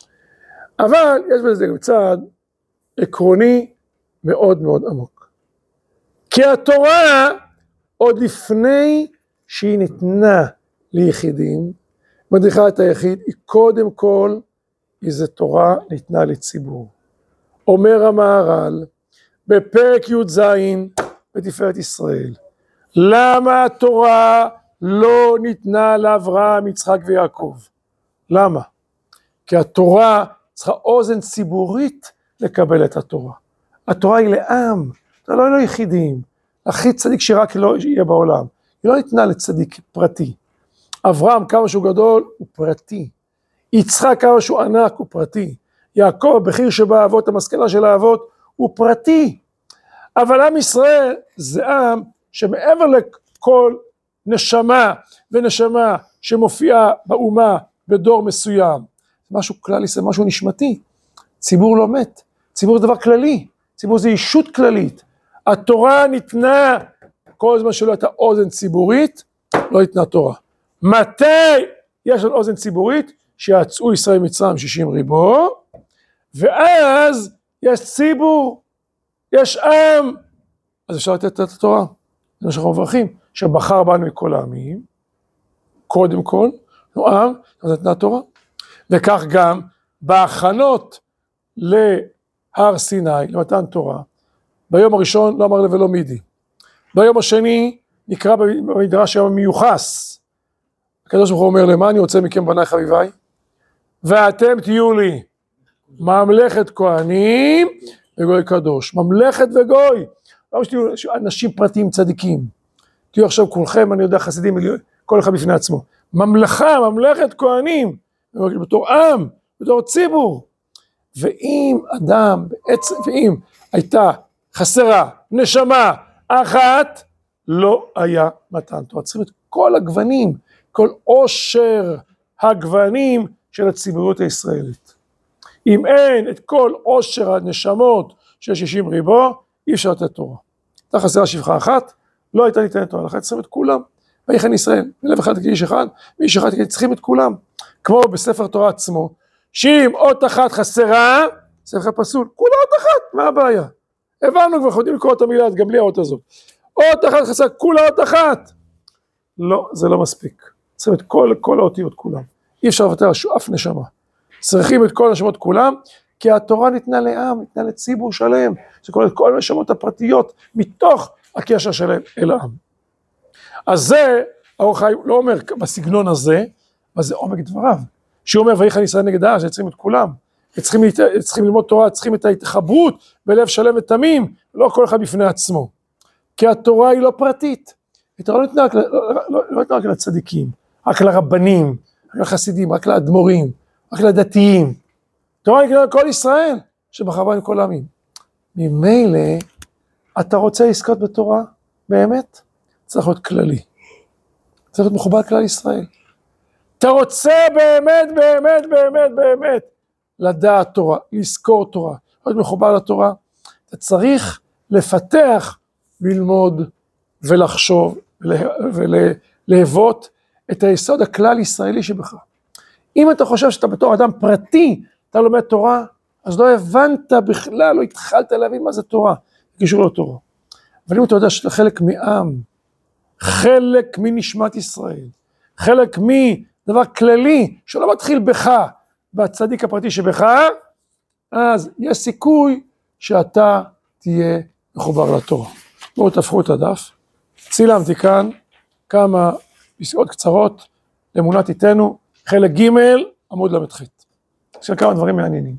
אבל יש בזה גם צעד עקרוני מאוד מאוד עמוק. כי התורה, עוד לפני שהיא ניתנה ליחידים, מדריכה את היחיד, היא קודם כל, איזו תורה ניתנה לציבור. אומר המהר"ל, בפרק י"ז בתפארת ישראל, למה התורה לא ניתנה לאברהם, יצחק ויעקב? למה? כי התורה צריכה אוזן ציבורית לקבל את התורה. התורה היא לעם, זה לא ליחידים. הכי צדיק שרק לא יהיה בעולם. היא לא ניתנה לצדיק פרטי. אברהם כמה שהוא גדול הוא פרטי. יצחק כמה שהוא ענק הוא פרטי. יעקב הבכיר שבאבות, המסקנה של האבות, הוא פרטי. אבל עם ישראל זה עם שמעבר לכל נשמה ונשמה שמופיעה באומה בדור מסוים, משהו כללי, זה משהו נשמתי. ציבור לא מת, ציבור זה דבר כללי, ציבור זה אישות כללית. התורה ניתנה, כל זמן שלא הייתה אוזן ציבורית, לא ניתנה תורה. מתי יש לנו אוזן ציבורית? שיצאו ישראל מצרים 60 ריבו, ואז יש ציבור, יש עם, אז אפשר לתת את התורה. זה מה שאנחנו מברכים, שבחר בנו מכל העמים, קודם כל, נו עם, אז נתנה התורה. וכך גם בהכנות להר סיני, למתן תורה, ביום הראשון לא אמר לב ולא מידי. ביום השני נקרא במדרש היום מיוחס. הקדוש ברוך הוא אומר למה אני רוצה מכם בניי חביביי? ואתם תהיו לי ממלכת כהנים וגוי קדוש. ממלכת וגוי. לא שתהיו אנשים פרטיים צדיקים. תהיו עכשיו כולכם, אני יודע, חסידים, כל אחד בפני עצמו. ממלכה, ממלכת כהנים. בתור עם, בתור ציבור. ואם אדם, בעצם, ואם הייתה חסרה נשמה אחת, לא היה מתן תורה. צריכים את כל הגוונים, כל עושר הגוונים של הציבוריות הישראלית. אם אין את כל עושר הנשמות של 60 ריבו, אי אפשר לתת תורה. הייתה חסרה שפחה אחת, לא הייתה ניתנת תורה, לכן צריכים את כולם. ויחן ישראל, בלב אחד כאיש אחד, ואיש אחד צריכים את כולם. כמו בספר תורה עצמו, שאם אות אחת חסרה, ספר פסול, כולה אות אחת, מה הבעיה? הבנו כבר, אנחנו יודעים לקרוא את המילה, גם בלי האות הזאת. אות אחת חסרה, כולה אות אחת. לא, זה לא מספיק. צריכים את כל האותיות כולם. אי אפשר לוותר על אף נשמה. צריכים את כל הנשמות כולם, כי התורה ניתנה לעם, ניתנה לציבור שלם, שכולל את כל הנשמות הפרטיות, מתוך הקשר שלהם אל העם. אז זה, האור החיים לא אומר בסגנון הזה, אבל זה עומק דבריו. שהוא אומר, ויחן ישראל נגד ההר, שצריכים את כולם. צריכים ללמוד תורה, צריכים את ההתחברות בלב שלם ותמים, לא כל אחד בפני עצמו. כי התורה היא לא פרטית. התורה לא ניתנה רק לצדיקים, רק לרבנים, רק לחסידים, רק לאדמו"רים, רק לדתיים. התורה ניתנה לכל ישראל, שבחר בנו כל העמים. ממילא, אתה רוצה לזכות בתורה? באמת? צריך להיות כללי. צריך להיות מחובר כלל ישראל. אתה רוצה באמת, באמת, באמת, באמת, לדעת תורה, לזכור תורה, להיות מחובר לתורה, אתה צריך לפתח, ללמוד ולחשוב ולהבות את היסוד הכלל ישראלי שבך. אם אתה חושב שאתה בתור אדם פרטי, אתה לומד תורה, אז לא הבנת בכלל, לא התחלת להבין מה זה תורה, קישור לתורה. אבל אם אתה יודע שאתה חלק מעם, חלק מנשמת ישראל, חלק מדבר כללי, שלא מתחיל בך, בצדיק הפרטי שבך, אז יש סיכוי שאתה תהיה מחובר לתורה. בואו תפכו את הדף, צילמתי כאן כמה פסקאות קצרות, לאמונה תיתנו, חלק ג' עמוד ל"ח. יש כאן כמה דברים מעניינים.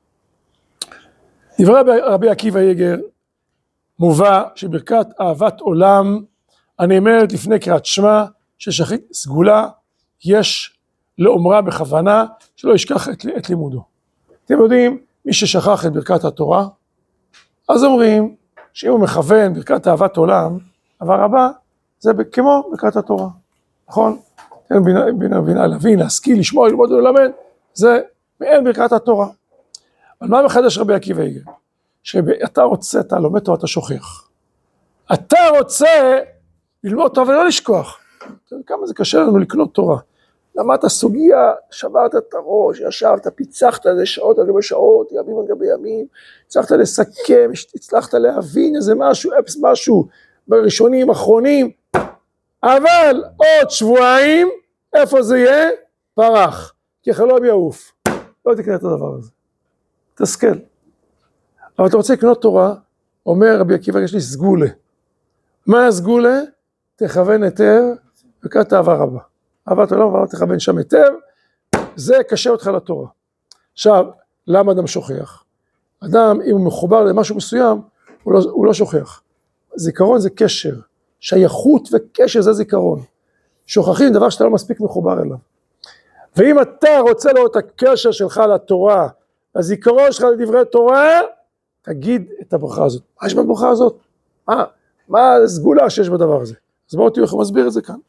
דברי רבי עקיבא איגר, מובא שברכת אהבת עולם, הנאמרת לפני קריאת שמע, ששחרית סגולה, יש לאומרה בכוונה, שלא ישכח את לימודו. אתם יודעים, מי ששכח את ברכת התורה, אז אומרים שאם הוא מכוון ברכת אהבת עולם, הדבר הבא זה כמו ברכת התורה, נכון? תן בינה להבין, להשכיל, לשמוע, ללמוד וללמד, זה מעין ברכת התורה. אבל מה מחדש רבי עקיבא איגר? שאתה רוצה, אתה לומד תורה, אתה שוכח. אתה רוצה ללמוד תורה ולא לשכוח. כמה זה קשה לנו לקנות תורה. למדת סוגיה, שברת את הראש, ישבת, פיצחת איזה שעות על גבי שעות, ימים על גבי ימים, הצלחת לסכם, הצלחת להבין איזה משהו, משהו בראשונים, אחרונים, אבל עוד שבועיים, איפה זה יהיה? פרח, כי חלום יעוף. לא תקנה את הדבר הזה. תסכל. אבל אתה רוצה לקנות תורה, אומר רבי עקיבא, יש לי סגולה. מה הסגולה? תכוון היטב, ברכת אהבה רבה. אהבת עולם, אבל תכוון שם היטב, זה קשה אותך לתורה. עכשיו, למה אדם שוכח? אדם, אם הוא מחובר למשהו מסוים, הוא לא שוכח. זיכרון זה קשר, שייכות וקשר זה זיכרון. שוכחים דבר שאתה לא מספיק מחובר אליו. ואם אתה רוצה לראות את הקשר שלך לתורה, הזיכרון שלך לדברי תורה, תגיד את הברכה הזאת. מה יש בברכה הזאת? מה הסגולה שיש בדבר הזה? אז בואו תראו איך הוא מסביר את זה כאן.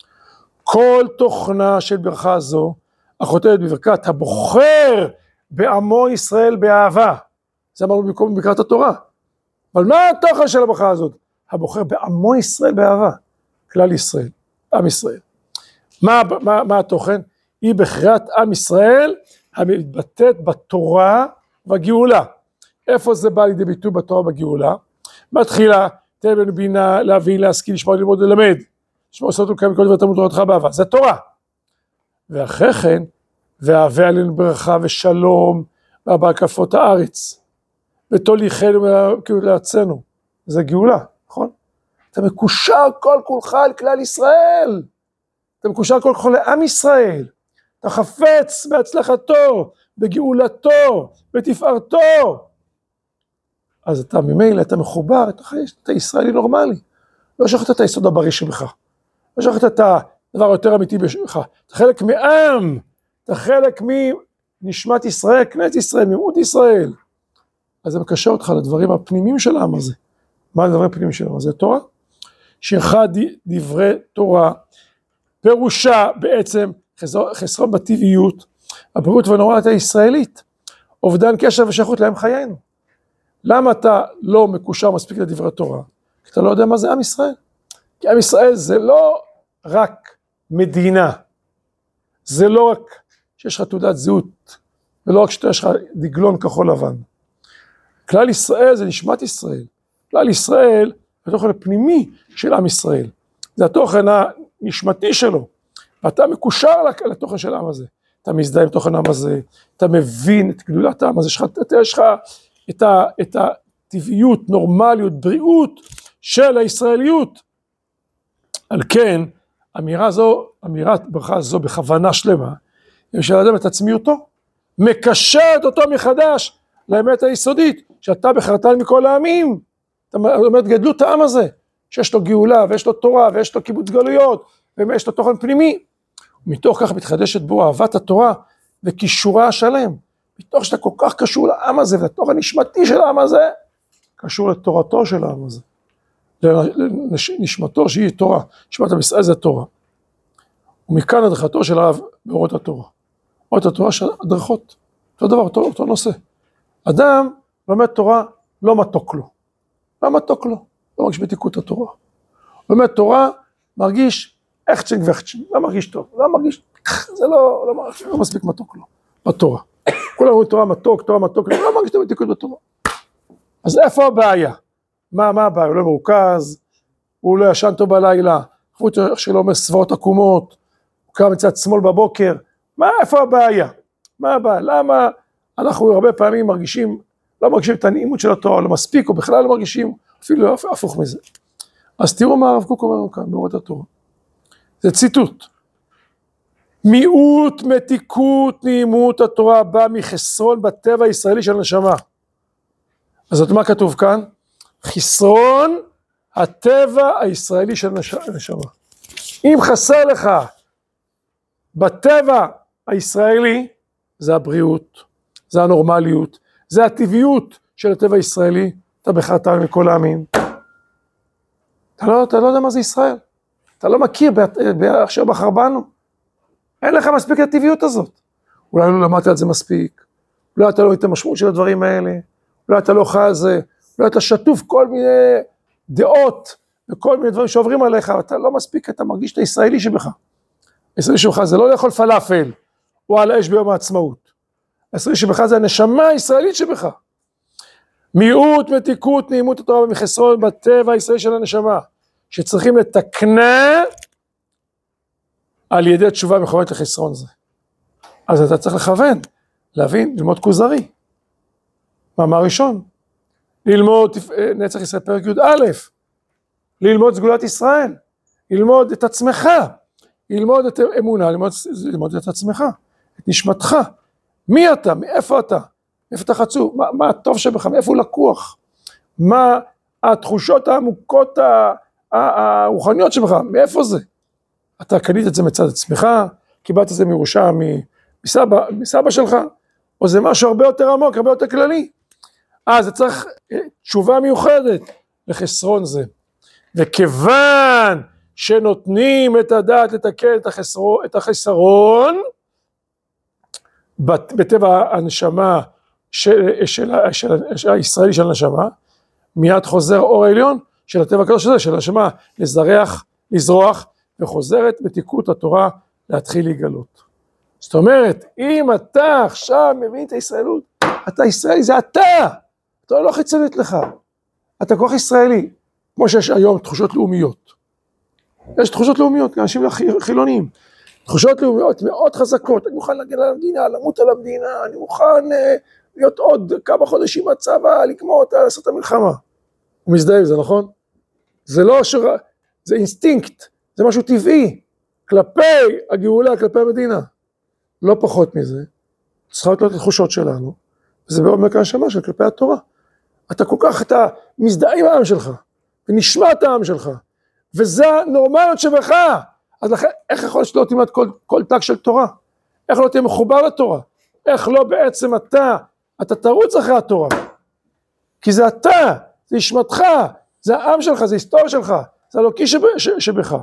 כל תוכנה של ברכה זו, החותמת בברכת הבוחר בעמו ישראל באהבה. זה אמרנו במקום בברכת התורה. אבל מה התוכן של הברכה הזאת? הבוחר בעמו ישראל באהבה. כלל ישראל, עם ישראל. מה התוכן? היא בחירת עם ישראל המתבטאת בתורה והגאולה. איפה זה בא לידי ביטוי בתורה ובגאולה? מתחילה, תן לנו בינה, להבין, להשכיל, לשמוע, ללמוד, ללמד. לשמוע עושות ולקיים כל דבר תלמוד תורתך באהבה. זה תורה. ואחרי כן, והבא עלינו ברכה ושלום, בהקפות הארץ. ותוליכנו לארצנו. זה גאולה, נכון? אתה מקושר כל כולך על כלל ישראל. אתה מקושר כל כולך לעם ישראל. אתה חפץ בהצלחתו, בגאולתו, בתפארתו. אז אתה ממילא, אתה מחובר, אתה ישראלי נורמלי. לא שכחת את היסוד הבריא שלך. לא שכחת את הדבר היותר אמיתי בשבילך. אתה חלק מעם, אתה חלק מנשמת ישראל, כנסת ישראל, מיעוט ישראל. אז זה מקשר אותך לדברים הפנימיים של העם הזה. מה הדברים הפנימיים של העם הזה? תורה. שאחד דברי תורה, פירושה בעצם חסרון בטבעיות, הבריאות והנורמליות הישראלית, אובדן קשר ושייכות להם חיינו. למה אתה לא מקושר מספיק לדברי תורה? כי אתה לא יודע מה זה עם ישראל. כי עם ישראל זה לא רק מדינה, זה לא רק שיש לך תעודת זהות, ולא רק שיש לך דגלון כחול לבן. כלל ישראל זה נשמת ישראל. כלל ישראל זה התוכן הפנימי של עם ישראל. זה התוכן הנשמתי שלו. ואתה מקושר לתוכן של העם הזה. אתה מזדהה עם תוכן העם הזה, אתה מבין את גדולת העם הזה, יש לך את הטבעיות, נורמליות, בריאות של הישראליות. על כן, אמירת ברכה זו בכוונה שלמה, היא של אדם את עצמיותו, מקשרת אותו מחדש לאמת היסודית, שאתה בחרתן מכל העמים, אתה אומר גדלות העם הזה, שיש לו גאולה ויש לו תורה ויש לו קיבוץ גלויות, ויש לו תוכן פנימי, ומתוך כך מתחדשת בו אהבת התורה וקישורה השלם, מתוך שאתה כל כך קשור לעם הזה, והתוכן הנשמתי של העם הזה, קשור לתורתו של העם הזה, לנשמתו שהיא תורה, נשמת עם ישראל זה תורה, ומכאן הדרכתו של הרב באורות התורה, אורות התורה של הדרכות, אותו דבר, אותו נושא, אדם לומד תורה לא מתוק לו, לא מרגיש בתיקות התורה, לומד תורה מרגיש החצ'נג וחצ'נג, לא מרגיש טוב, זה לא מספיק מתוק לו, בתורה. כולם אומרים תורה מתוק, לא מרגיש את המתיקות בתורה. אז איפה הבעיה? מה הבעיה? הוא לא מרוכז, הוא לא ישן טוב בלילה, הוא שלא אומר סברות עקומות, הוא קם מצד שמאל בבוקר, איפה הבעיה? מה הבעיה? למה אנחנו הרבה פעמים לא מרגישים את הנעימות של התורה, לא מספיק, או בכלל לא מרגישים, אפילו הפוך מזה. אז תראו מה הרב קוק אומר לנו כאן, באורות התורה. זה ציטוט. מיעוט, מתיקות, נעימות התורה בא מחסרון בטבע הישראלי של הנשמה. אז זאת מה כתוב כאן? חסרון הטבע הישראלי של הנשמה. אם חסר לך בטבע הישראלי, זה הבריאות, זה הנורמליות, זה הטבעיות של הטבע הישראלי, אתה בחרתה מכל העמים. אתה לא יודע מה זה ישראל. אתה לא מכיר באשר בחר בנו. אין לך מספיק הטבעיות הזאת. אולי לא למדת על זה מספיק, אולי אתה לא יודע את המשמעות של הדברים האלה, אולי אתה לא חי על זה, אולי אתה שטוף כל מיני דעות, וכל מיני דברים שעוברים עליך, ואתה לא מספיק, אתה מרגיש את הישראלי שבך. הישראלי שבך זה לא לאכול פלאפל, או על האש ביום העצמאות. הישראלי שבך זה הנשמה הישראלית שבך. מיעוט, מתיקות, נעימות התורה ומחסרון בטבע הישראלי של הנשמה, שצריכים לתקנה על ידי תשובה מכוונת לחסרון זה. אז אתה צריך לכוון, להבין, ללמוד כוזרי. מאמר ראשון, ללמוד נצח ישראל פרק י"א, ללמוד סגולת ישראל, ללמוד את עצמך, ללמוד את אמונה, ללמוד את עצמך, את נשמתך. מי אתה? מאיפה אתה? איפה אתה חצוף? מה הטוב שבך? מאיפה הוא לקוח? מה התחושות העמוקות הרוחניות שבך? מאיפה זה? אתה קנית את זה מצד עצמך, קיבלת את זה מירושה מסבא שלך, או זה משהו הרבה יותר עמוק, הרבה יותר כללי. זה צריך תשובה מיוחדת לחסרון זה. וכיוון שנותנים את הדעת לתקן את החסרון, בטבע הנשמה של הישראלי של הנשמה, מיד חוזר אור העליון של הטבע הקדוש הזה, של הנשמה, לזרוח, וחוזרת מתיקות התורה להתחיל להיגלות. זאת אומרת, אם אתה עכשיו מבין את הישראלות, אתה ישראלי, זה אתה לא חיצונית לך, אתה כל כך ישראלי, כמו שיש היום תחושות לאומיות. יש תחושות לאומיות, אנשים חילוניים, תחושות לאומיות מאוד חזקות, אני מוכן להגן על המדינה, למות על המדינה, אני מוכן להיות עוד כמה חודשים בצבא, לגמור אותה, לעשות את המלחמה. הוא מזדהה עם זה, נכון? זה לא זה אינסטינקט, זה משהו טבעי, כלפי הגאולה, כלפי המדינה. לא פחות מזה, צריכה להיות התחושות שלנו, וזה בעומק הנשמה של כלפי התורה. אתה כל כך, אתה מזדהה עם העם שלך, ונשמע את העם שלך, וזה הנורמליות שבך. אז לכן, איך יכול שלא תלמד כל תג של תורה? איך לא תהיה מחובר לתורה? איך לא בעצם אתה תרוץ אחרי התורה? כי זה אתה, זה נשמתך, זה העם שלך, זה היסטוריה שלך, זה אלוקי שבך.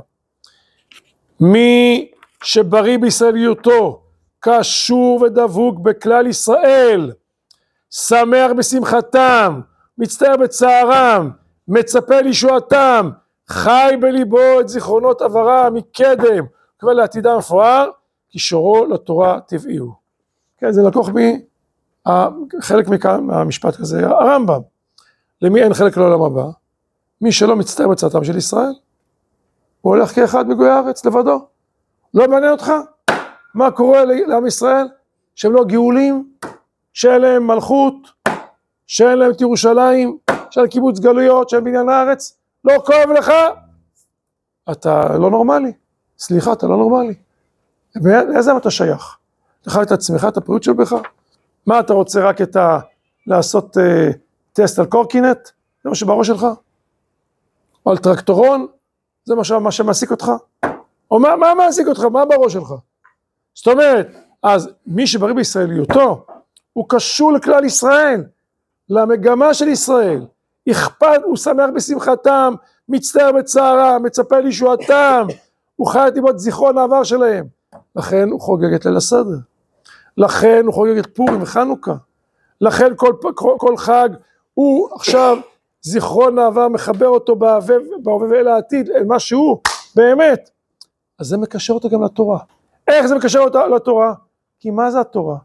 מי שבריא בישראליותו, קשור ודבוק בכלל ישראל, שמח בשמחתם, מצטער בצערם, מצפה לישועתם, חי בליבו את זיכרונות עברה מקדם, כבר לעתידה מפואר, קישורו לתורה טבעי הוא. כן, זה לקוח חלק מהמשפט כזה, הרמב"ם. למי אין חלק לעולם הבא? מי שלא מצטער בצערתם של ישראל, הוא הולך כאחד מגוי הארץ לבדו. לא מעניין אותך? מה קורה לעם ישראל? שהם לא גאולים, שאין להם מלכות, שאין להם את ירושלים, שאין קיבוץ גלויות, שאין בניין הארץ, לא כואב לך? אתה לא נורמלי. סליחה, אתה לא נורמלי. לאיזה אתה שייך? אתה חי את עצמך, את הפריאות שלך? מה אתה רוצה רק לעשות טסט על קורקינט? זה מה שבראש שלך? או על טרקטורון? זה מה שמעסיק אותך? או מה מעסיק אותך? מה בראש שלך? זאת אומרת, אז מי שבריא בישראליותו, הוא קשור לכלל ישראל, למגמה של ישראל, הוא שמח בשמחתם, מצטער בצערם, מצפה לישועתם, הוא חי את ליבות זיכרון העבר שלהם, לכן הוא חוגג את ליל הסדר, לכן הוא חוגג את פורים וחנוכה, לכן כל חג הוא עכשיו זיכרון העבר מחבר אותו בהווה ואל העתיד, אל מה שהוא באמת. אז זה מקשר אותו גם לתורה. איך זה מקשר אותו לתורה? כי מה זה התורה?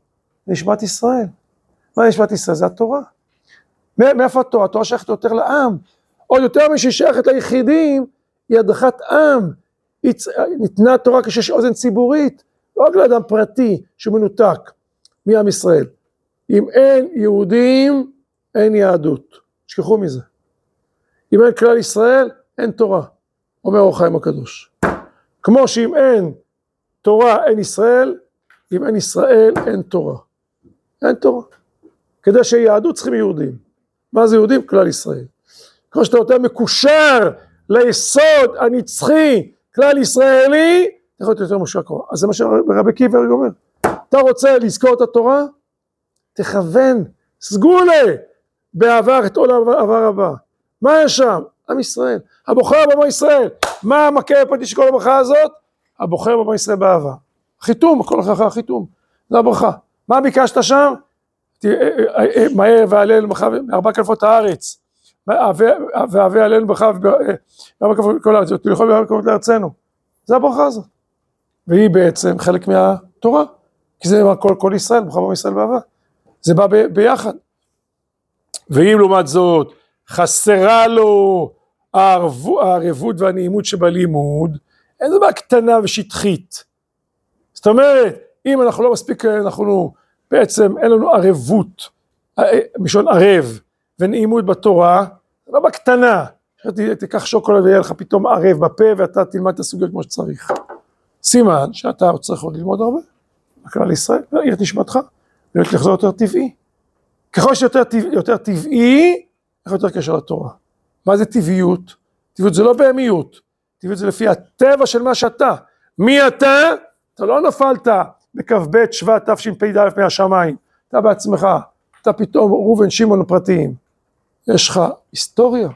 נשמת ישראל. מה נשמת ישראל? זה התורה. מאיפה התורה? התורה שייכת יותר לעם. עוד יותר משהיא שייכת ליחידים, היא הדרכת עם. ניתנה תורה כשיש אוזן ציבורית, לא רק לאדם פרטי שמנותק מעם ישראל. אם אין יהודים, אין יהדות. תשכחו מזה. אם אין כלל ישראל, אין תורה, אומר אור החיים הקדוש. כמו שאם אין תורה, אין ישראל, אם אין ישראל, אין תורה. אין תורה. כדי שיהדות צריכים יהודים. מה זה יהודים? כלל ישראל. כמו שאתה יותר מקושר ליסוד הנצחי, כלל ישראלי, אתה יכול להיות יותר מושקע. אז זה מה שרבי עקיבא אומר. אתה רוצה לזכור את התורה? תכוון, סגולה, בעבר את עול העבר הבא. מה יש שם? עם ישראל. הבוחר בעם ישראל. מה המכה הפרטי של כל הברכה הזאת? הבוחר בעם ישראל באהבה. חיתום, כל אחר חיתום. זה הברכה. מה ביקשת שם? מהר והלל ממך מארבע כנפות הארץ. והווה עלינו ברכה מארבע כנפות כל הארץ. תלכו מארבע כנפות לארצנו. זה הברכה הזאת. והיא בעצם חלק מהתורה. כי זה כל ישראל, בוחר בעם ישראל באהבה. זה בא ביחד. ואם לעומת זאת, חסרה לו הערבות והנעימות שבלימוד, אין זה בעיה קטנה ושטחית. זאת אומרת, אם אנחנו לא מספיק, אנחנו בעצם אין לנו ערבות, משון ערב ונעימות בתורה, זה לא בקטנה, תיקח שוקולד ויהיה לך פתאום ערב בפה ואתה תלמד את הסוגיות כמו שצריך. סימן שאתה צריך עוד ללמוד הרבה, הכלל ישראל, יהיה נשמתך, ולחזור יותר טבעי. ככל שיותר טבעי, איך יותר קשר לתורה. מה זה טבעיות? טבעיות זה לא בהמיות, טבעיות זה לפי הטבע של מה שאתה. מי אתה? אתה לא נפלת בכ"ב שבט תשפ"ד מהשמיים, אתה בעצמך, אתה פתאום ראובן שמעון הפרטיים. יש לך היסטוריה,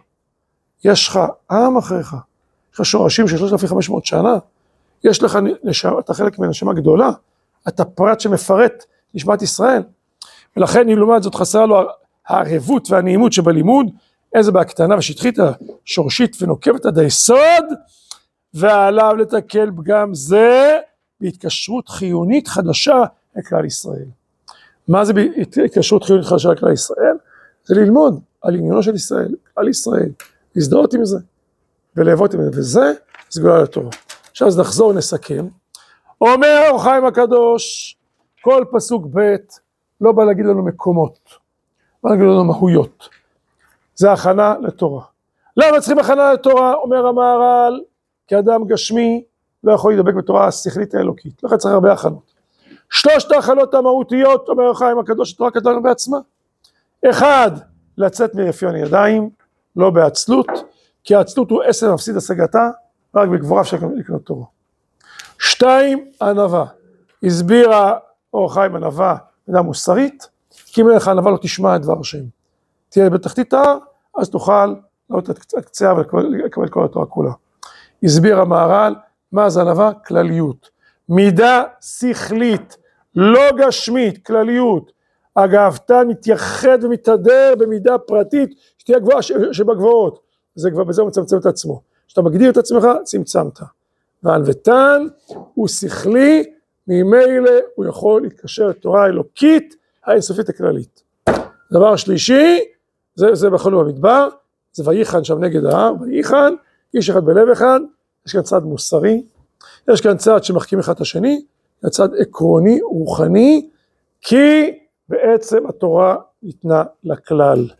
יש לך עם אחריך, יש לך שורשים של 3,500 שנה, יש לך נשמה, אתה חלק מנשמה גדולה, אתה פרט שמפרט נשמת ישראל, ולכן אם לעומת זאת חסרה לו הערבות והנעימות שבלימוד, איזה בהקטנה ושטחית, שורשית ונוקבת עד היסוד, ועליו לתקל פגם זה, בהתקשרות חיונית חדשה לכלל ישראל. מה זה בהתקשרות חיונית חדשה לכלל ישראל? זה ללמוד על עניינו של ישראל, על ישראל, להזדהות עם זה, ולעבוד עם זה, וזה סגולה לתורה. עכשיו אז נחזור ונסכם. אומר אור החיים הקדוש, כל פסוק ב' לא בא להגיד לנו מקומות, בא להגיד לנו מהויות. זה הכנה לתורה. למה צריכים הכנה לתורה? אומר המהר"ל, כי אדם גשמי לא יכול להידבק בתורה השכלית האלוקית. לכן צריך הרבה הכנות. שלושת ההכנות המהותיות, אומר אור החיים הקדוש, התורה כתבה לנו בעצמה. אחד, לצאת מרפיון ידיים, לא בעצלות, כי העצלות הוא עשר מפסיד השגתה, רק בגבורה אפשר לקנות תורה. שתיים, ענווה. הסבירה אור החיים ענווה, מידה מוסרית, כי אם אין לך ענווה לא תשמע את דבר השם. תהיה בתחתית ההר, אז תוכל לעלות את קצה ולקבל כל התורה כולה. הסביר המהר"ל, מה זה ענווה? כלליות. מידה שכלית, לא גשמית, כלליות. הגאוותן מתייחד ומתהדר במידה פרטית, שתהיה גבוהה שבגבוהות. זה כבר בזה הוא מצמצם את עצמו. כשאתה מגדיר את עצמך, צמצמת. והענוותן הוא שכלי, ממילא הוא יכול להתקשר לתורה האלוקית, האינסופית הכללית. דבר שלישי, זה בכל במדבר, זה ויחן שם נגד ההר, ויחן, איש אחד בלב אחד, יש כאן צד מוסרי, יש כאן צד שמחכים אחד את השני, זה צד עקרוני, רוחני, כי בעצם התורה ניתנה לכלל.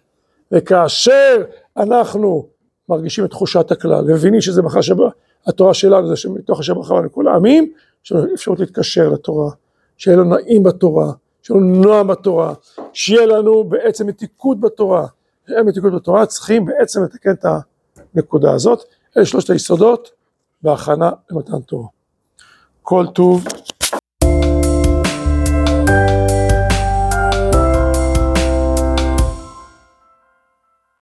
וכאשר אנחנו מרגישים את תחושת הכלל, ומבינים שזה התורה שלנו, זה שמתוך השם בחרנו לכל העמים, יש לנו אפשרות להתקשר לתורה, שיהיה לנו נעים בתורה, שיהיה לנו נועם בתורה, שיהיה לנו בעצם מתיקות בתורה. שיהיה מתיקות בתורה, צריכים בעצם לתקן את הנקודה הזאת. אלה שלושת היסודות בהכנה למתן תורה. כל טוב.